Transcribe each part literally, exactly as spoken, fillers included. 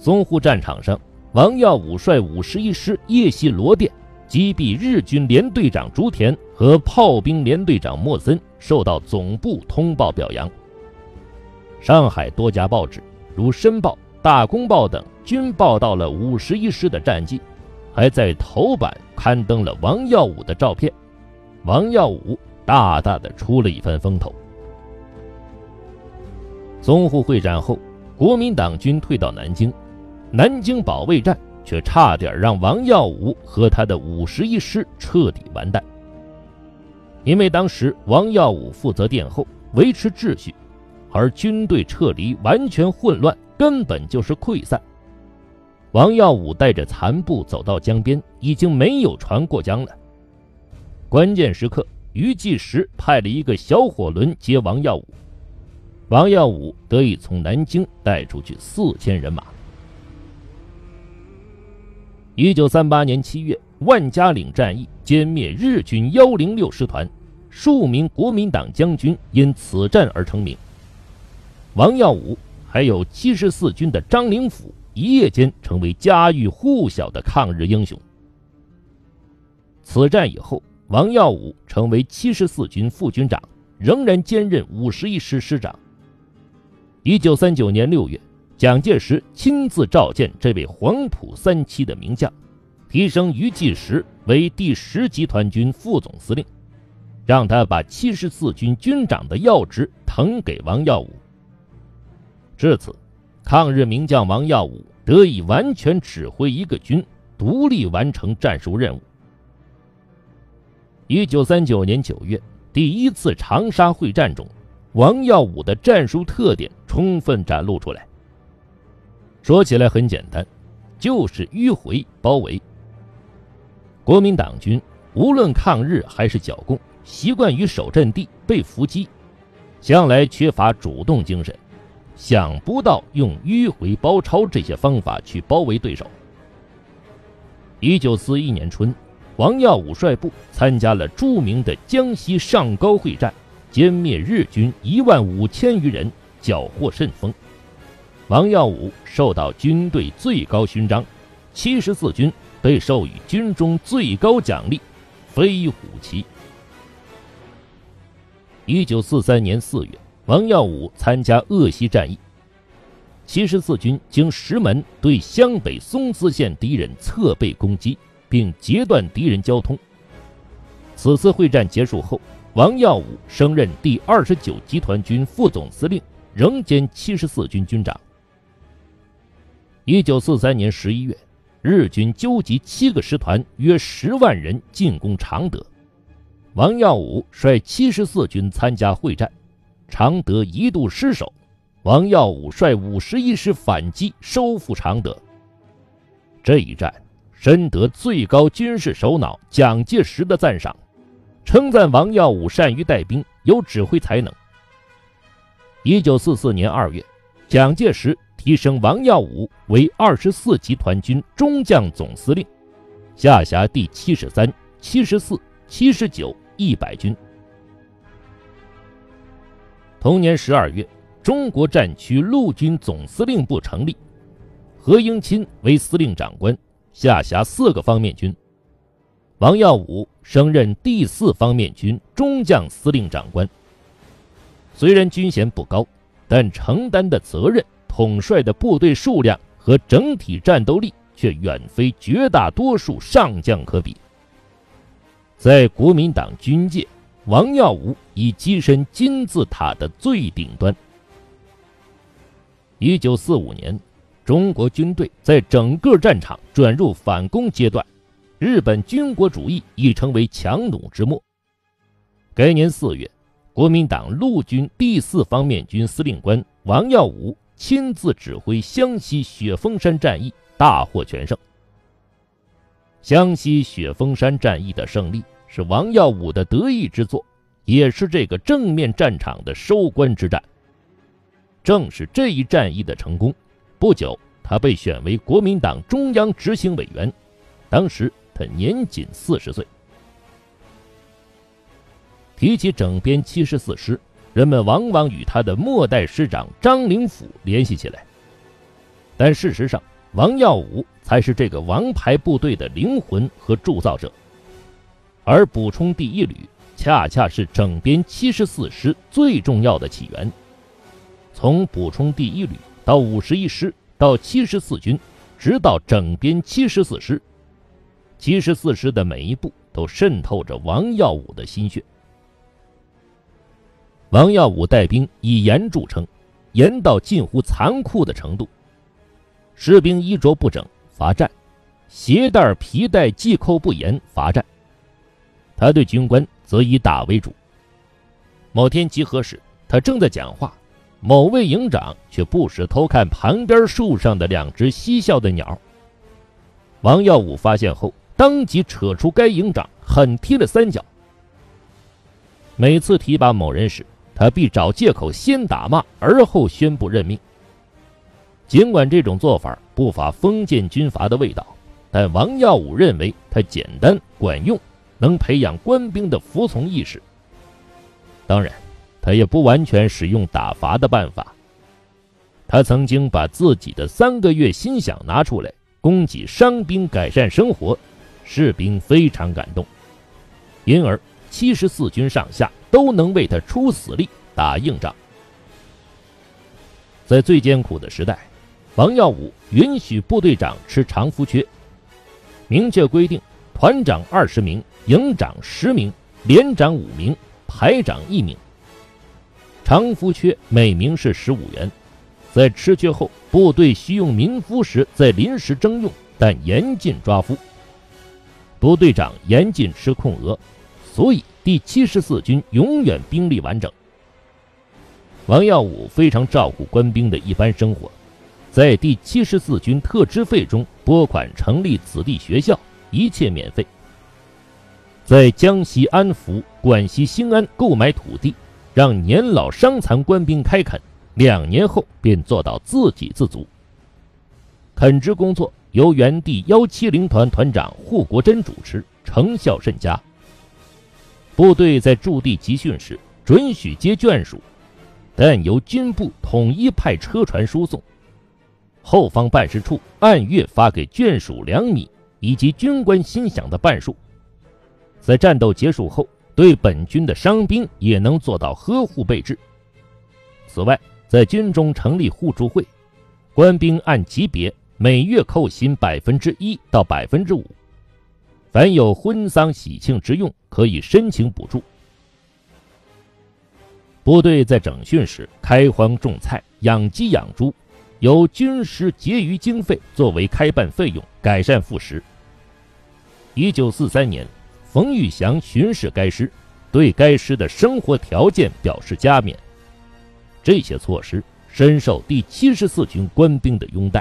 淞沪战场上，王耀武率五十一师夜袭罗店，击毙日军连队长竹田和炮兵连队长莫森，受到总部通报表扬。上海多家报纸如《申报》《大公报》等均报道了五十一师的战绩，还在头版刊登了王耀武的照片。王耀武大大的出了一番风头。淞沪会战后，国民党军退到南京，南京保卫战却差点让王耀武和他的五十一师彻底完蛋。因为当时王耀武负责殿后，维持秩序，而军队撤离完全混乱，根本就是溃散。王耀武带着残部走到江边，已经没有船过江了。关键时刻，余继时派了一个小火轮接王耀武，王耀武得以从南京带出去四千人马。一九三八年七月，万家岭战役歼灭日军一零六师团，数名国民党将军因此战而成名。王耀武还有七十四军的张灵甫一夜间成为家喻户晓的抗日英雄。此战以后，王耀武成为七十四军副军长，仍然兼任五十一师师长。一九三九年六月，蒋介石亲自召见这位黄埔三期的名将，提升余继时为第十集团军副总司令，让他把七十四军军长的要职腾给王耀武。至此，抗日名将王耀武得以完全指挥一个军，独立完成战术任务。一九三九年九月，第一次长沙会战中，王耀武的战术特点充分展露出来。说起来很简单，就是迂回包围。国民党军无论抗日还是剿共，习惯于守阵地被伏击，向来缺乏主动精神，想不到用迂回包抄这些方法去包围对手。一九四一年春，王耀武率部参加了著名的江西上高会战，歼灭日军一万五千余人，缴获甚丰。王耀武受到军队最高勋章，七十四军被授予军中最高奖励飞虎旗。一九四三年四月，王耀武参加鄂西战役，七十四军经石门对湘北松滋县敌人侧背攻击，并截断敌人交通。此次会战结束后，王耀武升任第二十九集团军副总司令，仍兼七十四军军长。一九四三年十一月，日军纠集七个师团，约十万人进攻常德。王耀武率七十四军参加会战，常德一度失守，王耀武率五十一师反击，收复常德。这一战深得最高军事首脑蒋介石的赞赏，称赞王耀武善于带兵，有指挥才能。一九四四年二月，蒋介石提升王耀武为二十四集团军中将总司令，下辖第七十三、七十四、七十九、一百军。同年十二月，中国战区陆军总司令部成立，何应钦为司令长官，下辖四个方面军。王耀武升任第四方面军中将司令长官。虽然军衔不高，但承担的责任、统帅的部队数量和整体战斗力却远非绝大多数上将可比。在国民党军界，王耀武已跻身金字塔的最顶端。一九四五年，中国军队在整个战场转入反攻阶段，日本军国主义已成为强弩之末。该年四月，国民党陆军第四方面军司令官王耀武亲自指挥湘西雪峰山战役，大获全胜。湘西雪峰山战役的胜利是王耀武的得意之作，也是这个正面战场的收官之战。正是这一战役的成功，不久他被选为国民党中央执行委员，当时他年仅四十岁。提起整编七十四师，人们往往与他的末代师长张灵甫联系起来，但事实上王耀武才是这个王牌部队的灵魂和铸造者，而补充第一旅恰恰是整编七十四师最重要的起源。从补充第一旅到五十一师到七十四军，直到整编七十四师，七十四师的每一步都渗透着王耀武的心血。王耀武带兵以严著称，严到近乎残酷的程度。士兵衣着不整，罚站；鞋带皮带系扣不严，罚站。他对军官则以打为主。某天集合时，他正在讲话，某位营长却不时偷看旁边树上的两只嬉笑的鸟。王耀武发现后，当即扯出该营长，狠踢了三脚。每次提拔某人时，他必找借口先打骂，而后宣布任命。尽管这种做法不乏封建军阀的味道，但王耀武认为它简单管用，能培养官兵的服从意识。当然，他也不完全使用打罚的办法。他曾经把自己的三个月薪饷拿出来供给伤兵改善生活，士兵非常感动，因而七十四军上下都能为他出死力打硬仗。在最艰苦的时代，王耀武允许部队长吃常服缺，明确规定团长二十名，营长十名，连长五名，排长一名。常服缺每名是十五元，在吃缺后，部队需用民夫时再临时征用，但严禁抓夫。部队长严禁吃空额，所以第七十四军永远兵力完整。王耀武非常照顾官兵的一般生活，在第七十四军特支费中拨款成立子弟学校，一切免费。在江西安福、广西兴安购买土地，让年老伤残官兵开垦，两年后便做到自给自足。垦殖工作由原地一七零团团长胡国珍主持，成效甚佳。部队在驻地集训时准许接眷属，但由军部统一派车船输送。后方办事处按月发给眷属粮米以及军官薪饷的半数。在战斗结束后，对本军的伤兵也能做到呵护备至。此外，在军中成立互助会，官兵按级别每月扣薪百分之一到百分之五，凡有婚丧喜庆之用，可以申请补助。部队在整训时开荒种菜、养鸡养猪，由军师结余经费作为开办费用，改善副食。一九四三年，冯玉祥巡视该师，对该师的生活条件表示加冕。这些措施深受第七十四军官兵的拥戴。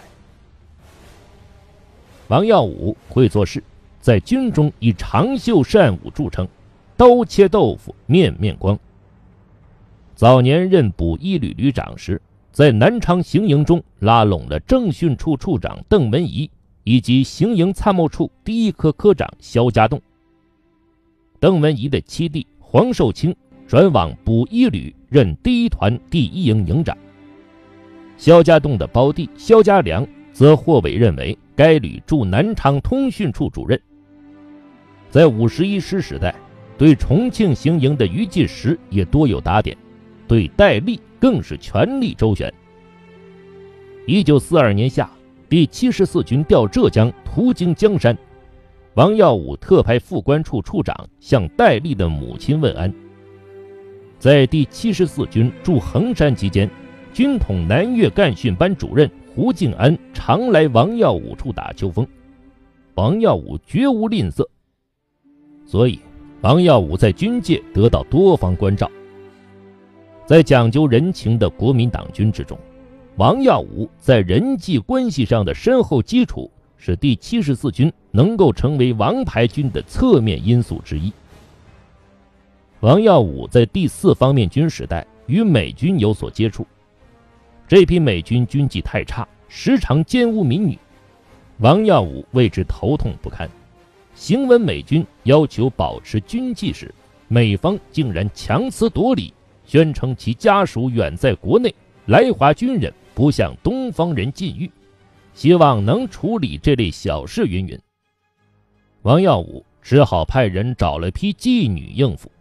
王耀武会做事，在军中以长袖善舞著称，刀切豆腐面面光。早年任补一旅旅长时，在南昌行营中拉拢了政训处处长邓文仪以及行营参谋处第一科科长肖家栋。邓文仪的七弟黄寿清转往补一旅任第一团第一营营长，肖家栋的胞弟肖家良则获委任为该旅驻南昌通讯处主任。在五十一师时代，对重庆行营的余继时也多有打点，对戴笠更是全力周旋。一九四二年夏，第七十四军调浙江，途经江山，王耀武特派副官处处长向戴笠的母亲问安。在第七十四军驻衡山期间，军统南粤干训班主任胡敬安常来王耀武处打秋风，王耀武绝无吝啬，所以王耀武在军界得到多方关照。在讲究人情的国民党军之中，王耀武在人际关系上的深厚基础是第七十四军能够成为王牌军的侧面因素之一。王耀武在第四方面军时代与美军有所接触，这批美军军纪太差，时常奸污民女，王耀武为之头痛不堪。行闻美军要求保持军纪时，美方竟然强词夺理，宣称其家属远在国内，来华军人不向东方人禁欲， 希望能处理这类小事云云。王耀武只好派人找了批妓女应付。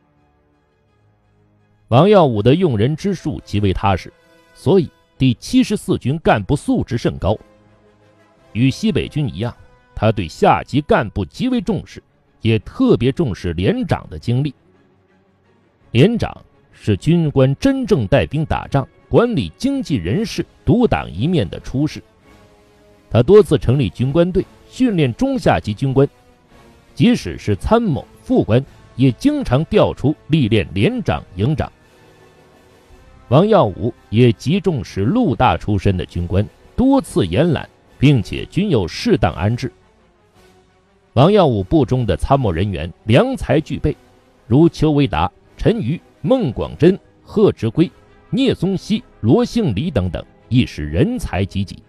王耀武的用人之术极为踏实，所以第七十四军干部素质甚高。与西北军一样，他对下级干部极为重视，也特别重视连长的经历。连长是军官真正带兵打仗、管理经济人事、独当一面的出世。他多次成立军官队，训练中下级军官，即使是参谋、副官，也经常调出历练连长、营长。王耀武也极重视陆大出身的军官，多次延揽，并且均有适当安置。王耀武部中的参谋人员良才俱备，如邱维达、陈瑜、孟广珍、贺直圭、聂松溪、罗杏离等等，亦是人才济济。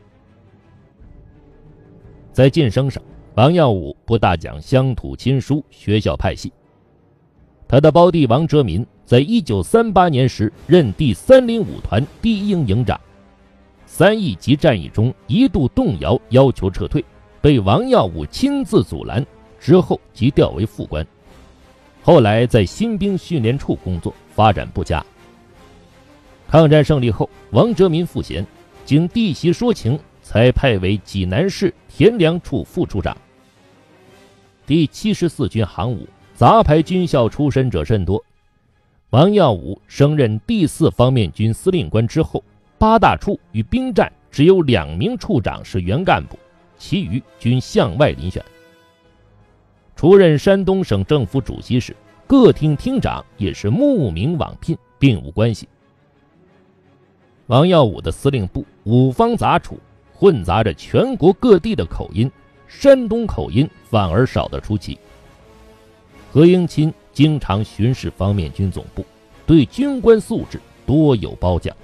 在晋升上，王耀武不大讲乡土亲疏、学校派系。他的胞弟王哲民在一九三八年时任第三零五团第一营营长，三义集战役中一度动摇，要求撤退，被王耀武亲自阻拦，之后即调为副官。后来在新兵训练处工作，发展不佳。抗战胜利后，王哲民赋闲，经弟媳说情，才派为济南市田粮处副处长。第七十四军航武杂牌军校出身者甚多。王耀武升任第四方面军司令官之后，八大处与兵站只有两名处长是原干部，其余均向外遴选。出任山东省政府主席时，各厅厅长也是慕名往聘，并无关系。王耀武的司令部五方杂处，混杂着全国各地的口音，山东口音反而少得出奇。何应钦经常巡视方面军总部，对军官素质多有褒奖。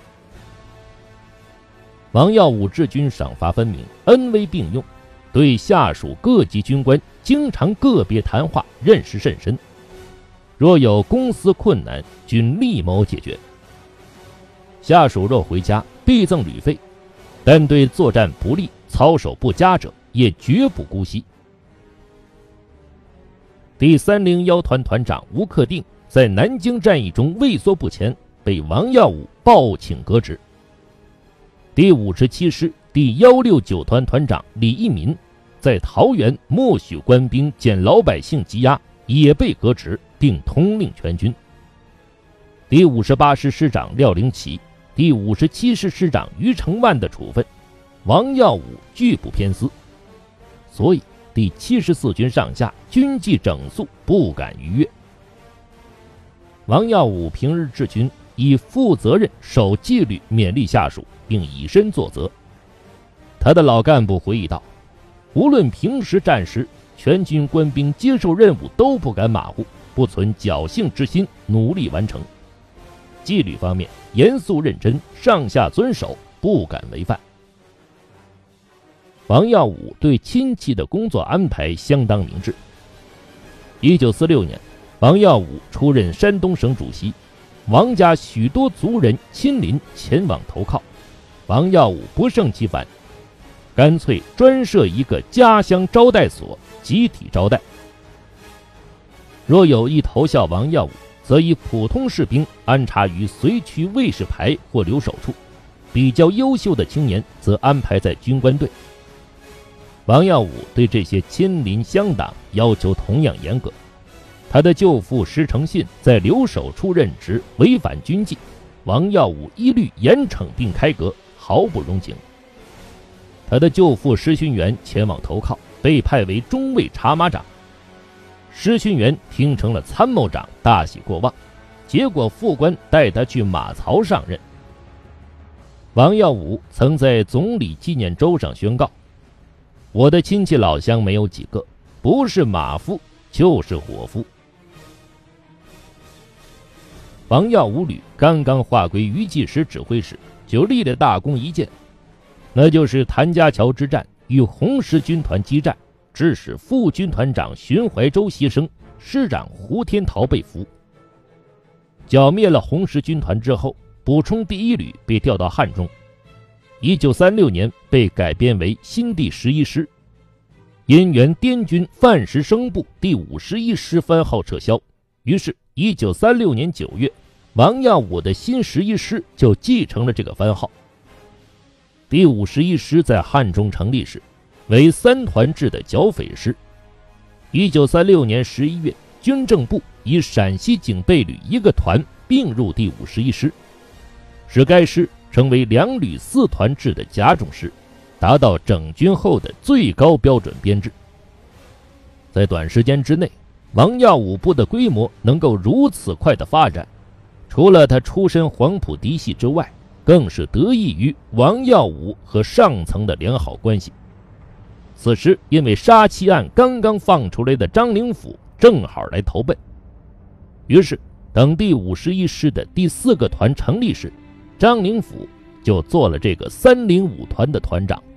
王耀武治军赏罚分明，恩威并用，对下属各级军官经常个别谈话，认识甚深。若有公司困难，均立谋解决。下属若回家，必赠旅费，但对作战不利、操守不佳者，也绝不姑息。第三零一团团长吴克定在南京战役中畏缩不前，被王耀武报请革职。第五十七师第一六九团团长李一民在桃园默许官兵减老百姓羁押，也被革职，并统领全军。第五十八师师长廖灵奇、第五十七师师长于承万的处分，王耀武拒不偏私，所以第七十四军上下军纪整肃，不敢逾越。王耀武平日治军以负责任、守纪律勉励下属，并以身作则。他的老干部回忆道，无论平时战时，全军官兵接受任务都不敢马虎，不存侥幸之心，努力完成。纪律方面严肃认真，上下遵守，不敢违犯。王耀武对亲戚的工作安排相当明智。一九四六年，王耀武出任山东省主席，王家许多族人亲临前往投靠，王耀武不胜其烦，干脆专设一个家乡招待所，集体招待。若有意投效王耀武，则以普通士兵安插于随区卫士排或留守处，比较优秀的青年则安排在军官队。王耀武对这些亲邻乡党要求同样严格。他的舅父石承信在留守处任职违反军纪，王耀武一律严惩并开革，毫不容情。他的舅父石勋元前往投靠，被派为中尉察马长。石勋元听成了参谋长，大喜过望，结果副官带他去马槽上任。王耀武曾在总理纪念周上宣告，我的亲戚老乡没有几个，不是马夫就是伙夫。王耀武旅刚刚划归余继时指挥时，就立了大功一件，那就是谭家桥之战与红十军团激战，致使副军团长荀怀洲牺牲，师长胡天桃被俘。剿灭了红十军团之后，补充第一旅被调到汉中。 一九三六年被改编为新第十一师。因原滇军范石生部第五十一师番号撤销，于是一九三六年九月，王耀武的新十一师就继承了这个番号。第五十一师在汉中成立时为三团制的剿匪师。一九三六年十一月，军政部以陕西警备旅一个团并入第五十一师，使该师成为两旅四团制的甲种师，达到整军后的最高标准编制。在短时间之内，王耀武部的规模能够如此快的发展，除了他出身黄埔嫡系之外，更是得益于王耀武和上层的良好关系。此时因为杀妻案刚刚放出来的张灵甫正好来投奔，于是等第五十一师的第四个团成立时，张灵甫就做了这个三零五团的团长。